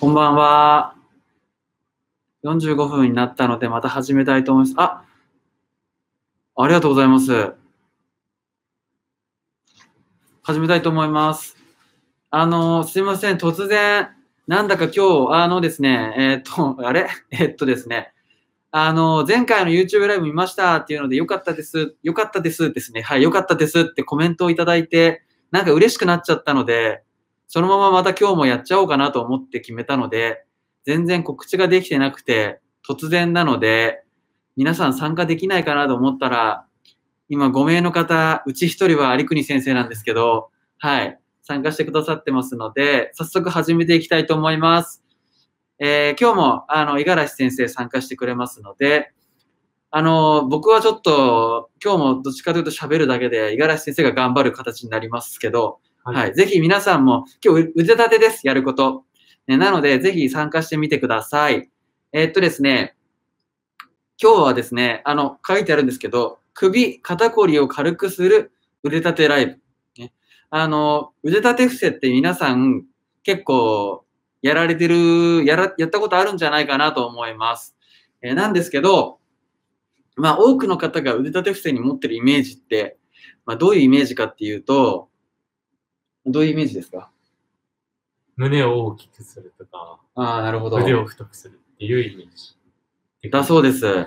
こんばんは。45分になったので、また始めたいと思います。ありがとうございます。始めたいと思います。すいません。突然、なんだか今日、ですね、ですね、前回の YouTube ライブ見ましたっていうので、よかったです。よかったですですね。はい、よかったですってコメントをいただいて、なんか嬉しくなっちゃったので、そのまままた今日もやっちゃおうかなと思って決めたので、全然告知ができてなくて、突然なので、皆さん参加できないかなと思ったら、今5名の方、うち1人は有国先生なんですけど、はい、参加してくださってますので、早速始めていきたいと思います。今日も五十嵐先生参加してくれますので、僕はちょっと今日もどっちかというと喋るだけで五十嵐先生が頑張る形になりますけど、はい、ぜひ皆さんも今日腕立てです、やること。なので、ぜひ参加してみてください。ですね、今日はですね、書いてあるんですけど、首、肩こりを軽くする腕立てライブ。ね、腕立て伏せって皆さん結構やられてる、やったことあるんじゃないかなと思います。なんですけど、まあ多くの方が腕立て伏せに持ってるイメージって、まあどういうイメージかっていうと、どういうイメージですか？ 胸を大きくするとか、 なるほど。 腕を太くするっていうイメージ。 だそうです。はい。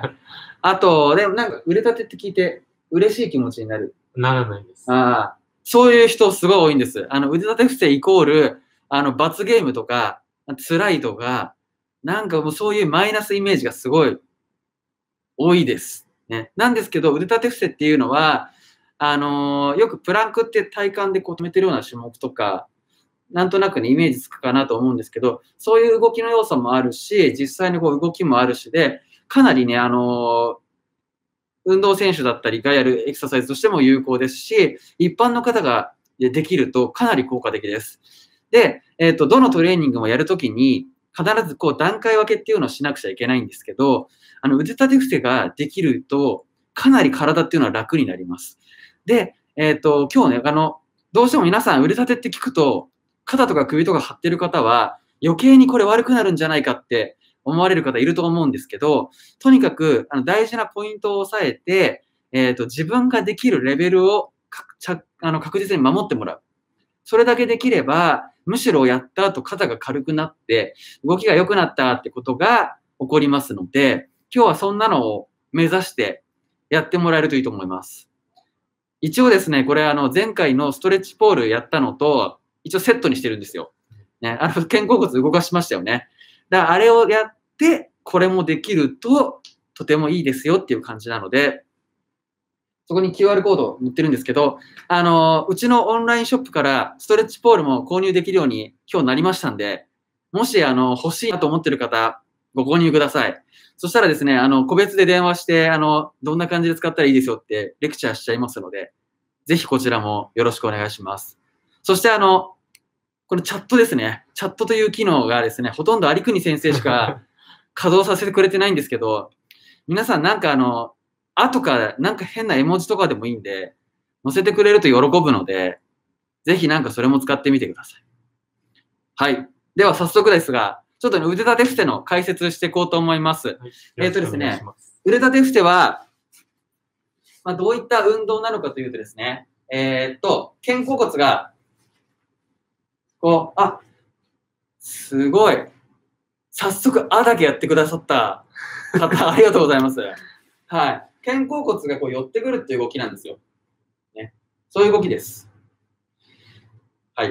あと、でもなんか腕立てって聞いて嬉しい気持ちになる。 ならないです。 そういう人すごい多いんです。腕立て伏せイコール、罰ゲームとか、辛いとか、なんかもうそういうマイナスイメージがすごい多いです。ね。なんですけど、腕立て伏せっていうのは、よくプランクって体幹でこう止めてるような種目とか、なんとなくね、イメージつくかなと思うんですけど、そういう動きの要素もあるし、実際にこう動きもあるしで、かなりね、運動選手だったりがやるエクササイズとしても有効ですし、一般の方ができるとかなり効果的です。で、どのトレーニングもやるときに、必ずこう段階分けっていうのをしなくちゃいけないんですけど、腕立て伏せができると、かなり体っていうのは楽になります。で、今日ね、どうしても皆さん腕立てって聞くと、肩とか首とか張ってる方は、余計にこれ悪くなるんじゃないかって思われる方いると思うんですけど、とにかく大事なポイントを押さえて、自分ができるレベルを確実に守ってもらう。それだけできれば、むしろやった後肩が軽くなって、動きが良くなったってことが起こりますので、今日はそんなのを目指してやってもらえるといいと思います。一応ですね、これ前回のストレッチポールやったのと、一応セットにしてるんですよ。ね、肩甲骨動かしましたよね。だからあれをやって、これもできると、とてもいいですよっていう感じなので、そこに QR コード載ってるんですけど、うちのオンラインショップからストレッチポールも購入できるように今日なりましたんで、もし欲しいなと思ってる方、ご購入ください。そしたらですね、個別で電話して、どんな感じで使ったらいいですよってレクチャーしちゃいますので、ぜひこちらもよろしくお願いします。そしてこのチャットですね。チャットという機能がですね、ほとんど有国先生しか稼働させてくれてないんですけど、皆さんなんかとかなんか変な絵文字とかでもいいんで、載せてくれると喜ぶので、ぜひなんかそれも使ってみてください。はい。では早速ですが、ちょっとね、腕立て伏せの解説していこうと思います。ですね、腕立て伏せは、まあ、どういった運動なのかというとですね、肩甲骨が、こう、すごい。早速、だけやってくださった方、ありがとうございます。はい。肩甲骨がこう寄ってくるっていう動きなんですよ。ね。そういう動きです。はい。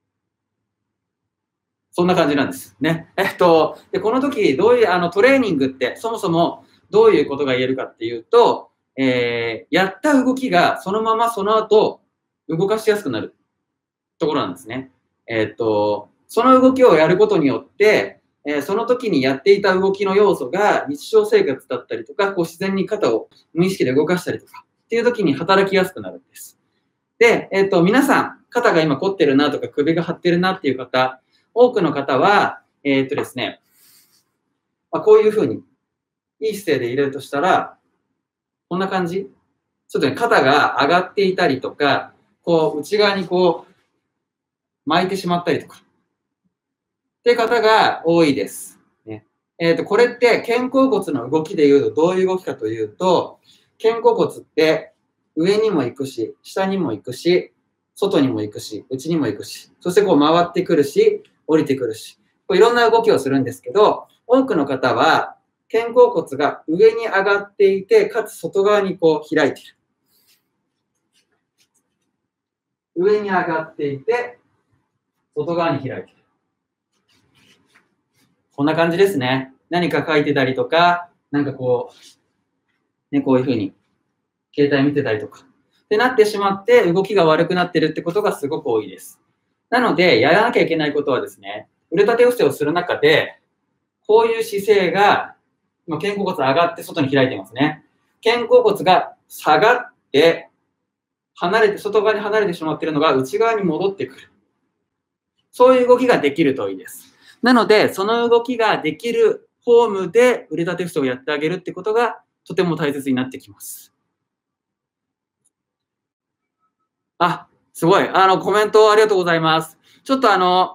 そんな感じなんです。ね。で、この時、どういう、トレーニングって、そもそもどういうことが言えるかっていうと、やった動きがそのままその後、動かしやすくなるところなんですね。その動きをやることによって、その時にやっていた動きの要素が日常生活だったりとか、こう自然に肩を無意識で動かしたりとかっていう時に働きやすくなるんです。で、皆さん、肩が今凝ってるなとか首が張ってるなっていう方、多くの方は、ですね、こういうふうに、いい姿勢で入れるとしたら、こんな感じ。ちょっとね、肩が上がっていたりとか、こう、内側にこう、巻いてしまったりとか。 って方が多いです。ね。これって肩甲骨の動きでいうとどういう動きかというと、肩甲骨って上にも行くし、下にも行くし、外にも行くし、内にも行くし、そしてこう回ってくるし、降りてくるし、こういろんな動きをするんですけど、多くの方は肩甲骨が上に上がっていて、かつ外側にこう開いている。上に上がっていて、外側に開いている。こんな感じですね。何か書いてたりとか、なんかこう、ね、こういうふうに携帯見てたりとか。ってなってしまって、動きが悪くなってるってことがすごく多いです。なので、やらなきゃいけないことはですね、腕立て伏せをする中で、こういう姿勢が、今肩甲骨上がって外に開いてますね。肩甲骨が下がって、外側に離れてしまっているのが内側に戻ってくる。そういう動きができるといいです。なので、その動きができるフォームで腕立て伏せをやってあげるってことがとても大切になってきます。あ、すごい。コメントありがとうございます。ちょっと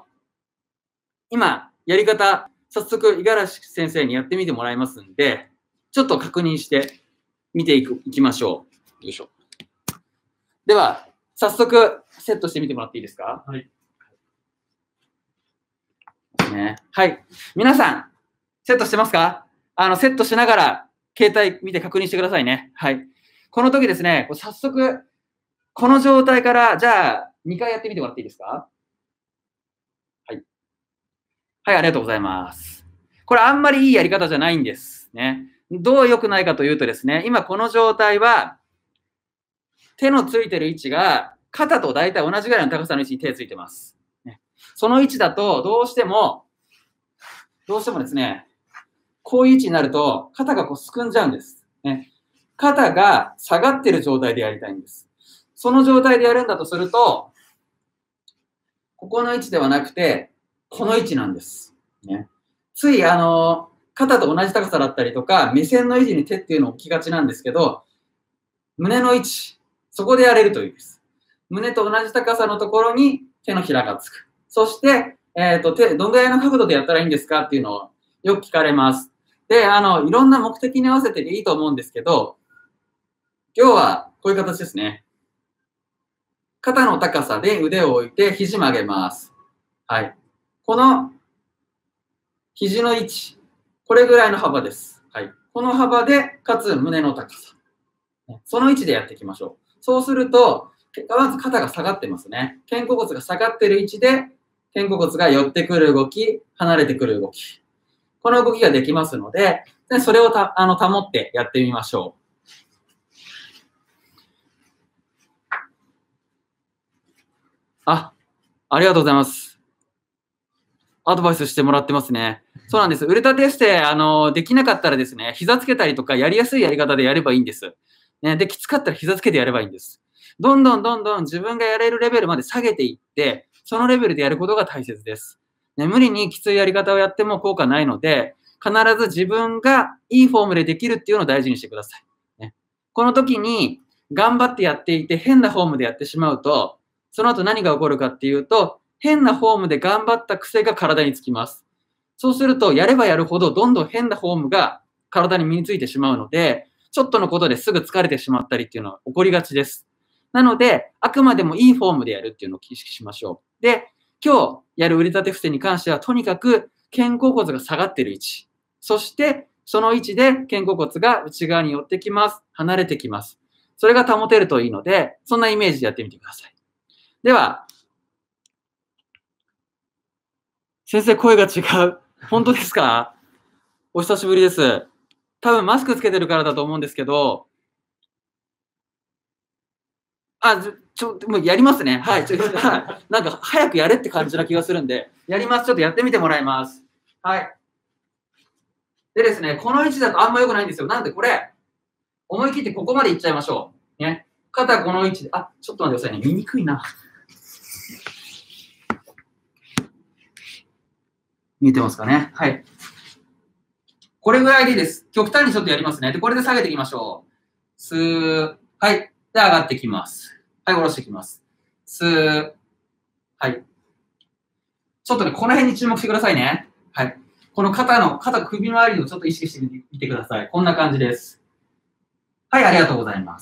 今、やり方、早速、五十嵐先生にやってみてもらいますんで、ちょっと確認して見ていきましょう。よいしょ。では、早速、セットしてみてもらっていいですか？ はい。 はい。皆さん、セットしてますか？セットしながら、携帯見て確認してくださいね。はい。この時ですね、早速、この状態から、じゃあ、2回やってみてもらっていいですか？はい。はい、ありがとうございます。これ、あんまりいいやり方じゃないんですね。どう良くないかというとですね、今この状態は、手のついてる位置が、肩と大体同じぐらいの高さの位置に手ついてます。その位置だと、どうしてもですね、こういう位置になると、肩がこうすくんじゃうんです。ね、肩が下がってる状態でやりたいんです。その状態でやるんだとすると、ここの位置ではなくて、この位置なんです。ね、つい、肩と同じ高さだったりとか、目線の維持に手っていうのを置きがちなんですけど、胸の位置、そこでやれるといいです。胸と同じ高さのところに手のひらがつく。そして、どんぐらいの角度でやったらいいんですかっていうのをよく聞かれます。で、いろんな目的に合わせてでいいと思うんですけど、今日はこういう形ですね。肩の高さで腕を置いて肘曲げます。はい。この肘の位置、これぐらいの幅です。はい。この幅で、かつ胸の高さ。その位置でやっていきましょう。そうすると、まず肩が下がってますね。肩甲骨が下がってる位置で、肩甲骨が寄ってくる動き、離れてくる動き。この動きができますので、それを保ってやってみましょう。ありがとうございます。アドバイスしてもらってますね。そうなんです。腕立て伏せ、できなかったらですね、膝つけたりとか、やりやすいやり方でやればいいんです。ね、で、きつかったら膝つけてやればいいんです。どんどん自分がやれるレベルまで下げていって、そのレベルでやることが大切です。ね、無理にきついやり方をやっても効果ないので、必ず自分がいいフォームでできるっていうのを大事にしてください。ね、この時に頑張ってやっていて変なフォームでやってしまうと、その後何が起こるかっていうと、変なフォームで頑張った癖が体につきます。そうすると、やればやるほどどんどん変なフォームが体に身についてしまうので、ちょっとのことですぐ疲れてしまったりっていうのは起こりがちです。なので、あくまでもいいフォームでやるっていうのを意識しましょう。で、今日やる腕立て伏せに関しては、とにかく肩甲骨が下がっている位置。そして、その位置で肩甲骨が内側に寄ってきます。離れてきます。それが保てるといいので、そんなイメージでやってみてください。では、先生、声が違う。本当ですか？お久しぶりです。多分マスクつけてるからだと思うんですけど、もうやりますね。はい。なんか早くやれって感じな気がするんで、やります。ちょっとやってみてもらいます。はい。でですね、この位置だとあんま良くないんですよ。なんでこれ、思い切ってここまでいっちゃいましょう。ね。肩この位置で、ちょっと待ってくださいね。見にくいな。見えてますかね。はい。これぐらいでいいです。極端にちょっとやりますね。で、これで下げていきましょう。スー。はい。で、上がってきます。はい、下ろしてきます。スー。はい。 ちょっとね、この辺に注目してくださいね。はい。この肩、首周りをちょっと意識してみてください。こんな感じです。はい、ありがとうございます。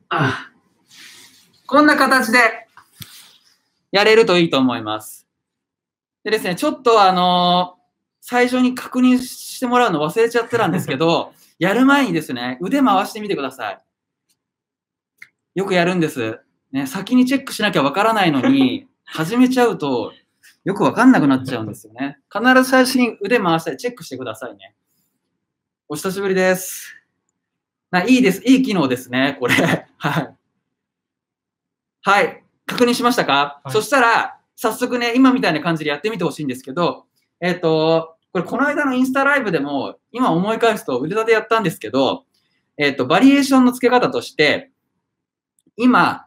こんな形でやれるといいと思います。でですね、ちょっと最初に確認してもらうの忘れちゃってたんですけど、やる前にですね、腕回してみてください。よくやるんです。ね、先にチェックしなきゃわからないのに、始めちゃうと、よくわかんなくなっちゃうんですよね。必ず最初に腕回したりチェックしてくださいね。お久しぶりです。いいです。いい機能ですね、これ。はい。はい。確認しましたか？はい、そしたら、早速ね、今みたいな感じでやってみてほしいんですけど、これ、この間のインスタライブでも、今思い返すと腕立てやったんですけど、バリエーションの付け方として、今、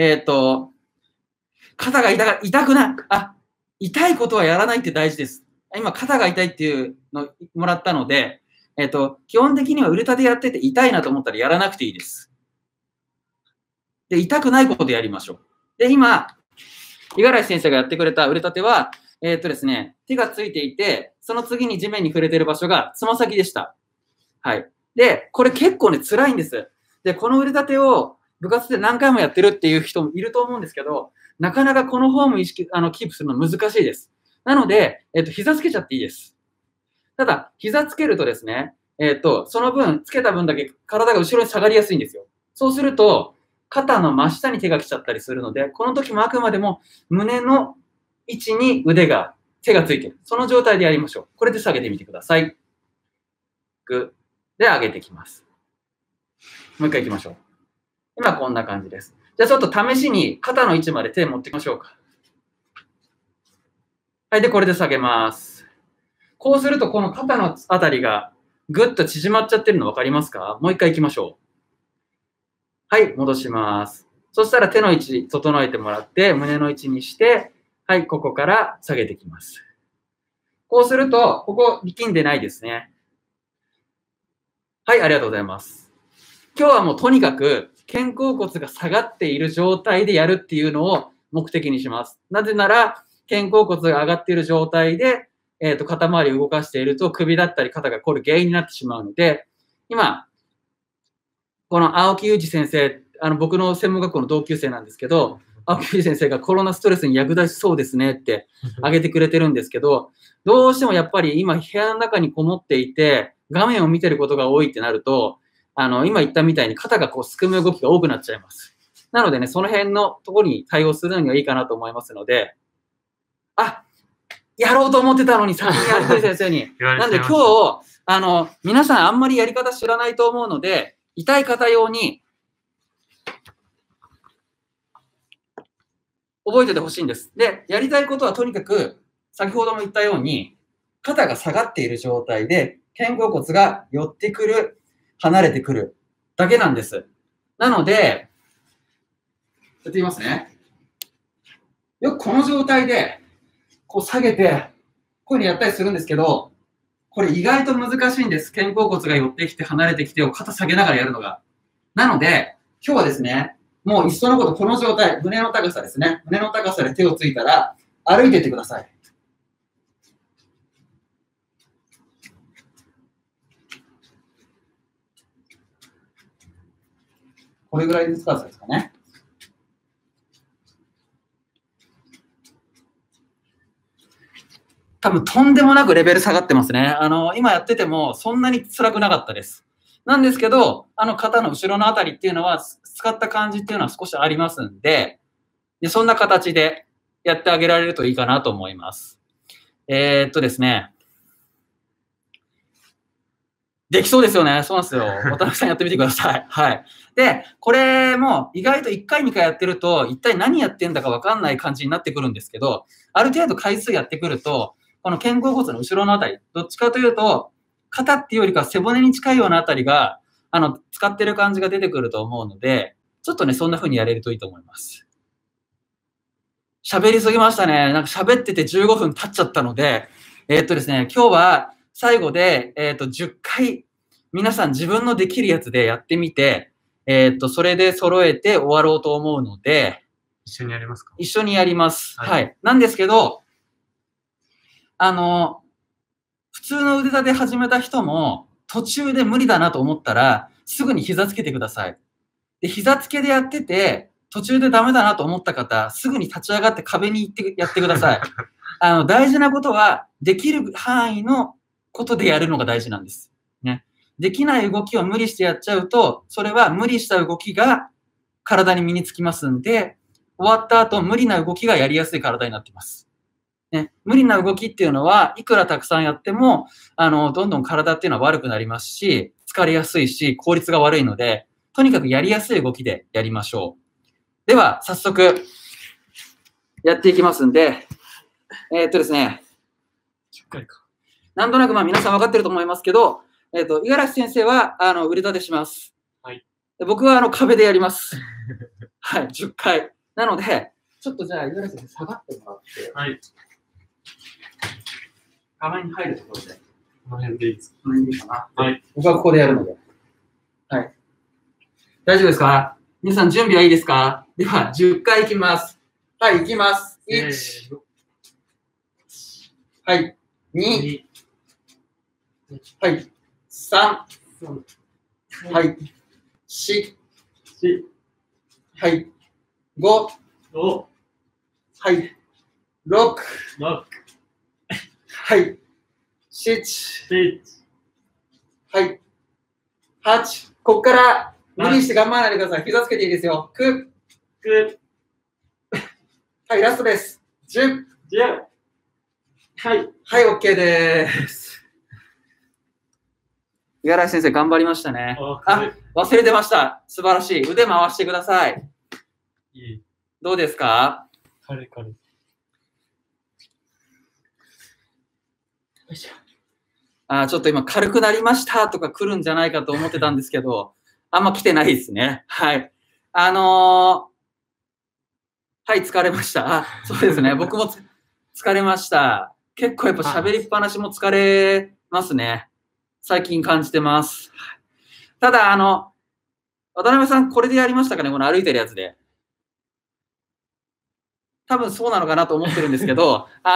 肩が痛くない、痛いことはやらないって大事です。今、肩が痛いっていうのをもらったので、基本的には腕立てやってて痛いなと思ったらやらなくていいです。で、痛くないことやりましょう。で、今、五十嵐先生がやってくれた腕立ては、ですね、手がついていて、その次に地面に触れている場所がつま先でした。はい。で、これ結構ね、辛いんです。で、この腕立てを部活で何回もやってるっていう人もいると思うんですけど、なかなかこのフォーム意識、キープするの難しいです。なので、膝つけちゃっていいです。ただ、膝つけるとですね、その分、つけた分だけ体が後ろに下がりやすいんですよ。そうすると、肩の真下に手が来ちゃったりするので、この時もあくまでも胸の位置に手がついている。その状態でやりましょう。これで下げてみてください。グーで上げてきます。もう一回行きましょう。今こんな感じです。じゃあちょっと試しに肩の位置まで手持っていきましょうか。はい、で、これで下げます。こうするとこの肩のあたりがぐっと縮まっちゃってるの分かりますか？もう一回行きましょう。はい、戻します。そしたら手の位置整えてもらって、胸の位置にして、はい、ここから下げていきます。こうすると、ここ力んでないですね。はい、ありがとうございます。今日はもうとにかく肩甲骨が下がっている状態でやるっていうのを目的にします。なぜなら、肩甲骨が上がっている状態で、肩周りを動かしていると首だったり肩が凝る原因になってしまうので、今、この青木裕二先生、僕の専門学校の同級生なんですけど、青木裕二先生がコロナストレスに役立ちそうですねって挙げてくれてるんですけど、どうしてもやっぱり今部屋の中にこもっていて、画面を見てることが多いってなると、今言ったみたいに肩がこうすくむ動きが多くなっちゃいます。なのでね、その辺のところに対応するのにはいいかなと思いますので、やろうと思ってたのに先に青木裕二先生に。なんで今日、皆さんあんまりやり方知らないと思うので、痛い方用に覚えててほしいんです。で、やりたいことはとにかく、先ほども言ったように、肩が下がっている状態で、肩甲骨が寄ってくる、離れてくるだけなんです。なので、やってみますね。よくこの状態で、こう下げて、こういうふうにやったりするんですけど、これ意外と難しいんです。肩甲骨が寄ってきて離れてきてを肩下げながらやるのが。なので、今日はですね、もういっそのことこの状態、胸の高さですね。胸の高さで手をついたら、歩いていってください。これぐらいの高さですかね。多分とんでもなくレベル下がってますね。今やっててもそんなに辛くなかったです。なんですけど、肩の後ろのあたりっていうのは、使った感じっていうのは少しありますんで、そんな形でやってあげられるといいかなと思います。ですね。できそうですよね。そうなんですよ。渡辺さんやってみてください。はい。で、これも意外と1回2回やってると、一体何やってんだか分かんない感じになってくるんですけど、ある程度回数やってくると、この肩甲骨の後ろのあたり、どっちかというと、肩っていうよりか背骨に近いようなあたりが、使ってる感じが出てくると思うので、ちょっとね、そんな風にやれるといいと思います。喋りすぎましたね。なんか喋ってて15分経っちゃったので、ですね、今日は最後で、10回、皆さん自分のできるやつでやってみて、それで揃えて終わろうと思うので、 一緒にやりますか？ 一緒にやります。はい。なんですけど、 普通の腕立て始めた人も、途中で無理だなと思ったら、すぐに膝つけてください。で、膝つけでやってて、途中でダメだなと思った方、すぐに立ち上がって壁に行ってやってください。大事なことは、できる範囲のことでやるのが大事なんです。ね。できない動きを無理してやっちゃうと、それは無理した動きが体に身につきますんで、終わった後、無理な動きがやりやすい体になっています。ね、無理な動きっていうのは、いくらたくさんやっても、どんどん体っていうのは悪くなりますし、疲れやすいし、効率が悪いので、とにかくやりやすい動きでやりましょう。では、早速、やっていきますんで、ですね、なんとなく皆さん分かってると思いますけど、五十嵐先生は、腕立てします。 はい。 で僕は、壁でやります。はい、10回。なので、ちょっとじゃあ、五十嵐先生下がってもらって。 はい。 壁に入るところで。 この辺でいいですか？ この辺でいいかな。 はい。 僕はここでやるので。はい。大丈夫ですか？皆さん準備はいいですか？では、10回いきます。はい、いきます。1、はい、2、はい、3、はい、4、はい、5、はい、6、はい、7、はい、8、ここから無理して頑張らないでください。膝つけていいですよ。9、はい、ラストです。10、はい、OK です。五十嵐先生、頑張りましたね。忘れてました。素晴らしい。腕回してください。どうですか？ 軽い。 ちょっと今、軽くなりましたとか来るんじゃないかと思ってたんですけど、あんま来てないですね。はい。はい、疲れました。そうですね。僕も疲れました。結構やっぱ喋りっぱなしも疲れますね。最近感じてます。ただ、渡辺さん、これでやりましたかね？この歩いてるやつで。多分そうなのかなと思ってるんですけど、はい、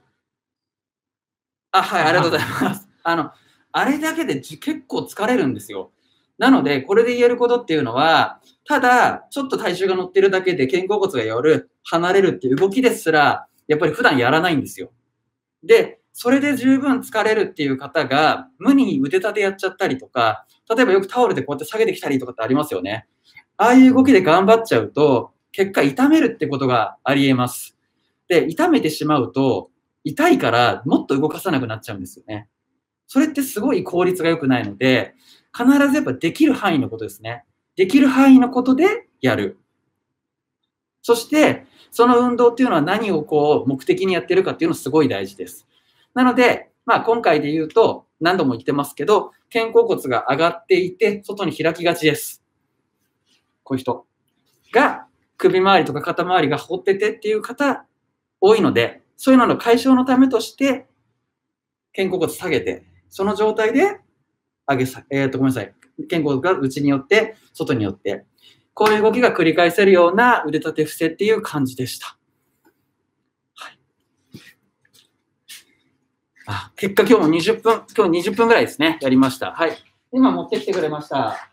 ありがとうございます。あれだけで結構疲れるんですよ。なので、これで言えることっていうのは、ただ、ちょっと体重が乗ってるだけで肩甲骨が離れるっていう動きですら、やっぱり普段やらないんですよ。で、それで十分疲れるっていう方が、無に腕立てやっちゃったりとか、例えばよくタオルでこうやって下げてきたりとかってありますよね。ああいう動きで頑張っちゃうと、結果痛めるってことがあり得ます。で、痛めてしまうと、痛いからもっと動かさなくなっちゃうんですよね。それってすごい効率が良くないので、必ずやっぱできる範囲のことですね。できる範囲のことでやる。そして、その運動っていうのは何を目的にやってるかっていうのすごい大事です。なので、今回で言うと、何度も言ってますけど、肩甲骨が上がっていて、外に開きがちです。こういう人が、首周りとか肩周りが張っててっていう方、多いので、そういうのの解消のためとして、肩甲骨下げて、その状態でごめんなさい。肩甲骨が内に寄って、外に寄って、こういう動きが繰り返せるような腕立て伏せっていう感じでした。はい、結果今日20分ぐらいですね、やりました。はい。今持ってきてくれました。はい。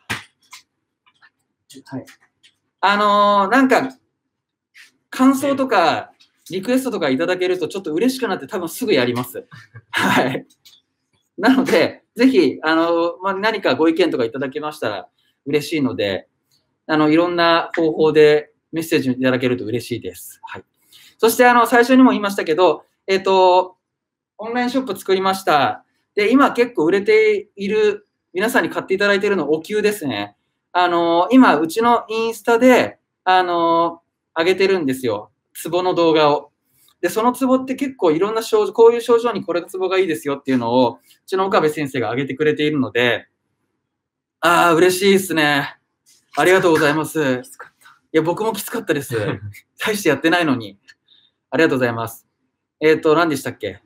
なんか、感想とか、リクエストとかいただけるとちょっと嬉しくなって多分すぐやります。はい。なので、ぜひ、何かご意見とかいただけましたら嬉しいので、いろんな方法でメッセージいただけると嬉しいです。はい。そして、最初にも言いましたけど、オンラインショップ作りました。で、今結構売れている、皆さんに買っていただいているのお灸ですね。今、うちのインスタで、上げてるんですよ。ツボの動画を。で、そのツボって結構いろんな症状、こういう症状にこれがツボがいいですよっていうのを、うちの岡部先生が上げてくれているので、嬉しいですね。ありがとうございます。いや、僕もきつかったです。大してやってないのに。ありがとうございます。何でしたっけ？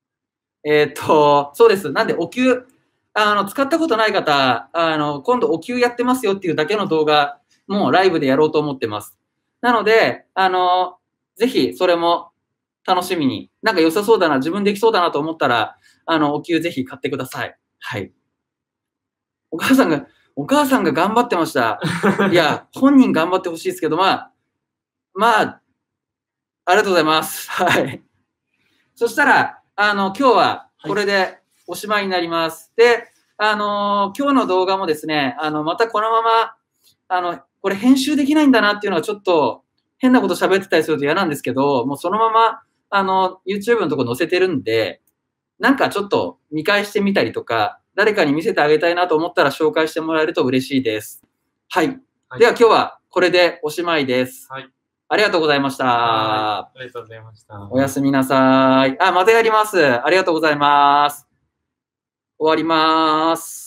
そうです。なんで、お灸、使ったことない方、今度お灸やってますよっていうだけの動画、もうライブでやろうと思ってます。なので、ぜひ、それも楽しみに。なんか良さそうだな、自分できそうだなと思ったら、お灸ぜひ買ってください。はい。お母さんが頑張ってました。いや、本人頑張ってほしいですけど、まあ、ありがとうございます。はい。そしたら、今日はこれでおしまいになります。で、今日の動画もですね、またこのまま、これ編集できないんだなっていうのはちょっと変なこと喋ってたりすると嫌なんですけど、もうそのまま、YouTube のとこ載せてるんで、なんかちょっと見返してみたりとか、誰かに見せてあげたいなと思ったら紹介してもらえると嬉しいです。はい。 はい、 では今日はこれでおしまいです。 はい。 ありがとうございました。 ありがとうございました。 おやすみなさい。またやります。ありがとうございます。終わります。